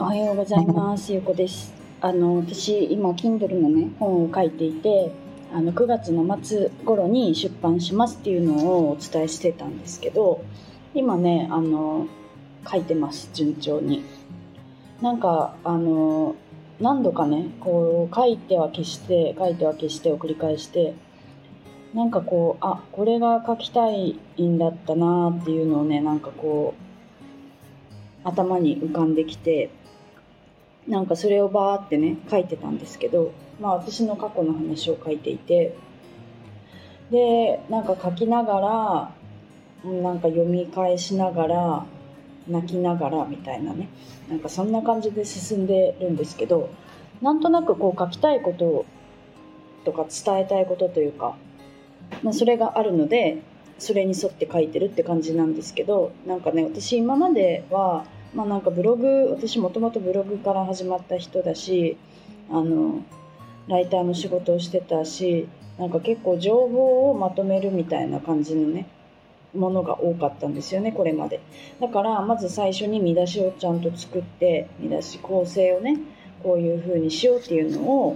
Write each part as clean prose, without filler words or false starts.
おはようございます。ゆうこです。私今 Kindle のね本を書いていて、9月の末頃に出版しますっていうのをお伝えしてたんですけど、今ね書いてます。順調に。なんか何度かねこう書いては消してを繰り返して、なんかこうこれが書きたいんだったなっていうのをね、なんかこう頭に浮かんできて、なんかそれをバーってね書いてたんですけど、私の過去の話を書いていて、でなんか書きながら、なんか読み返しながら泣きながらみたいなね、なんかそんな感じで進んでるんですけど、なんとなくこう書きたいこととか伝えたいことというか、それがあるのでそれに沿って書いてるって感じなんですけど、なんかね私今まではなんか私もともとブログから始まった人だし、ライターの仕事をしてたし、なんか結構情報をまとめるみたいな感じのねものが多かったんですよね、これまで。だからまず最初に見出しをちゃんと作って、見出し構成をねこういう風にしようっていうのを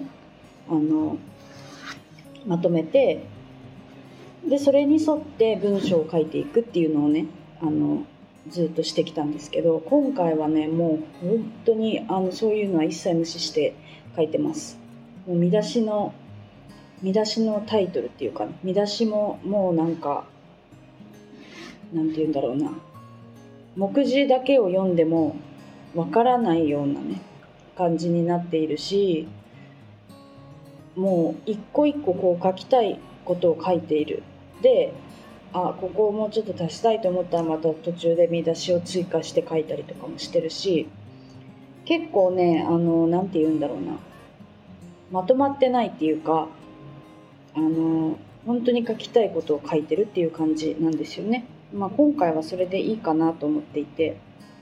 まとめて、でそれに沿って文章を書いていくっていうのをねずっとしてきたんですけど、今回はねもう本当にそういうのは一切無視して書いてます。もう見出しのタイトルっていうか、ね、見出しももうなんて言うんだろうな、目次だけを読んでもわからないようなね感じになっているし、もう一個一個こう書きたいことを書いている。でここをもうちょっと足したいと思ったらまた途中で見出しを追加して書いたりとかもしてるし、結構ねなんて言うんだろうな、まとまってないっていうか、本当に書きたいことを書いてるっていう感じなんですよね。今回はそれでいいかなと思っていて、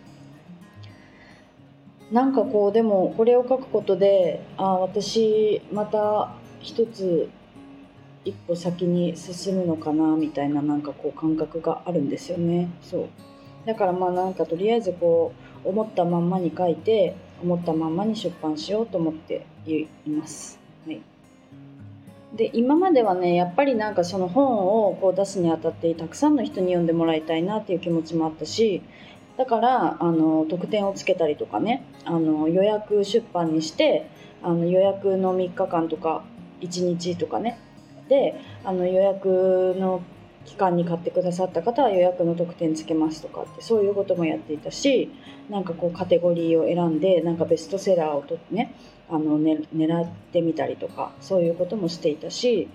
なんかこうでもこれを書くことで私また一つ一歩先に進むのかなみたいな、なんかこう感覚があるんですよね。そうだからなんかとりあえずこう思ったまんまに書いて、思ったまんまに出版しようと思っています。はい。で今まではねやっぱりなんかその本をこう出すにあたってたくさんの人に読んでもらいたいなっていう気持ちもあったし、だから特典をつけたりとかね、予約出版にして予約の3日間とか1日とかねで予約の期間に買ってくださった方は予約の特典つけますとかって、そういうこともやっていたし、なんかこうカテゴリーを選んでなんかベストセラーを取ってね狙ってみたりとか、そういうこともしていたし、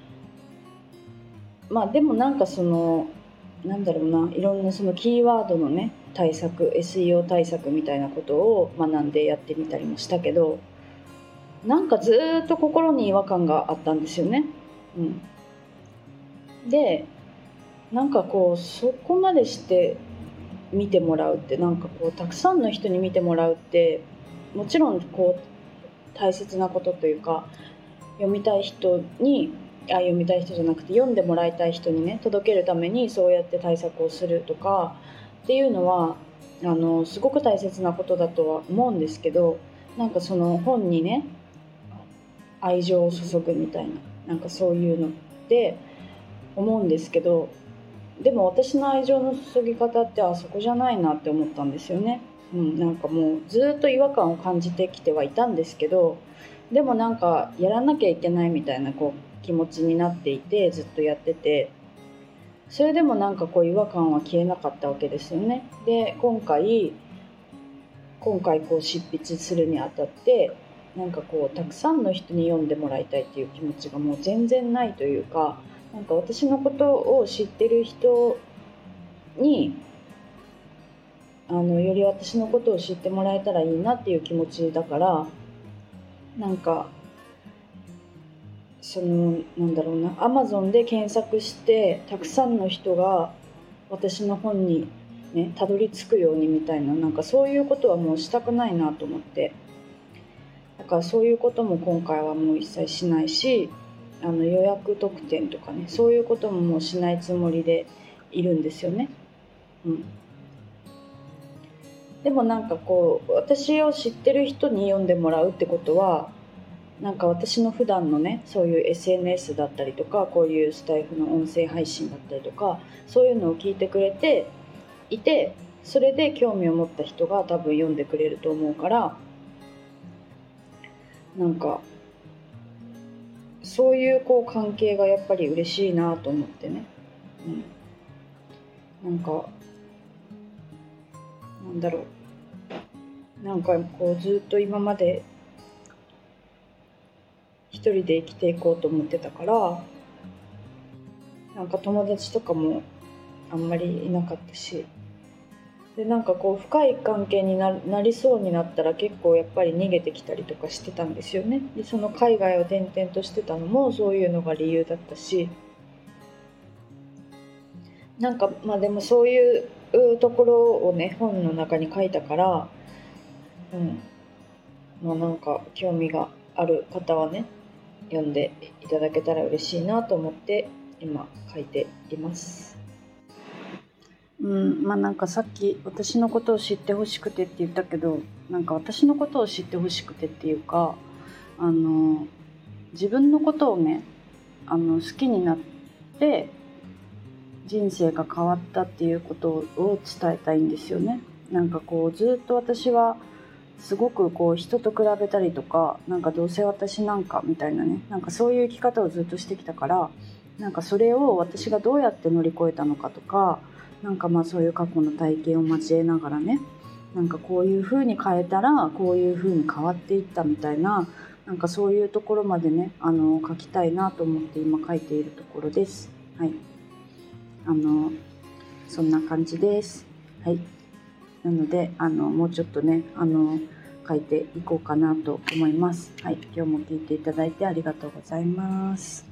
でもなんかそのなんだろうな、いろんなそのキーワードのね対策、 SEO 対策みたいなことを学んでやってみたりもしたけど、なんかずっと心に違和感があったんですよね。でなんかこうそこまでして見てもらうって、なんかこうたくさんの人に見てもらうってもちろんこう大切なことというか、読みたい人じゃなくて読んでもらいたい人にね届けるためにそうやって対策をするとかっていうのはすごく大切なことだとは思うんですけど、なんかその本にね愛情を注ぐみたいな、なんかそういうのって思うんですけど、でも私の愛情の注ぎ方ってそこじゃないなって思ったんですよね。なんかもうずっと違和感を感じてきてはいたんですけど、でもなんかやらなきゃいけないみたいなこう気持ちになっていてずっとやってて、それでもなんかこう違和感は消えなかったわけですよね。で今回こう執筆するにあたって、なんかこうたくさんの人に読んでもらいたいっていう気持ちがもう全然ないというか、なんか私のことを知ってる人により私のことを知ってもらえたらいいなっていう気持ちだから、なんかなんだろうな、Amazon で検索してたくさんの人が私の本にねたどり着くようにみたいな、なんかそういうことはもうしたくないなと思って、だからそういうことも今回はもう一切しないし、予約特典とかね、そういうことももうしないつもりでいるんですよね。 でもなんかこう私を知ってる人に読んでもらうってことは、なんか私の普段のね、そういう SNS だったりとか、こういうスタイフの音声配信だったりとか、そういうのを聞いてくれていて、それで興味を持った人が多分読んでくれると思うから、なんかそういうこう関係がやっぱり嬉しいなと思ってね。なんかなんだろう、なんかこうずっと今まで一人で生きていこうと思ってたから、なんか友達とかもあんまりいなかったし、でなんかこう深い関係になりそうになったら結構やっぱり逃げてきたりとかしてたんですよね。でその海外を転々としてたのもそういうのが理由だったし、なんかまあでもそういうところをね本の中に書いたから、まあなんか興味がある方はね読んでいただけたら嬉しいなと思って今書いています。まあなんかさっき私のことを知ってほしくてって言ったけど、なんか私のことを知ってほしくてっていうか、自分のことをね好きになって人生が変わったっていうことを伝えたいんですよね。なんかこうずっと私はすごくこう人と比べたりとか、なんかどうせ私なんかみたいなね、なんかそういう生き方をずっとしてきたから、なんかそれを私がどうやって乗り越えたのかとか、なんかまあそういう過去の体験を交えながらね、なんかこういう風に変えたらこういう風に変わっていったみたいな、なんかそういうところまでね書きたいなと思って今書いているところです。はい、そんな感じです。はい、なのでもうちょっとね書いていこうかなと思います。はい、今日も聞いていただいてありがとうございます。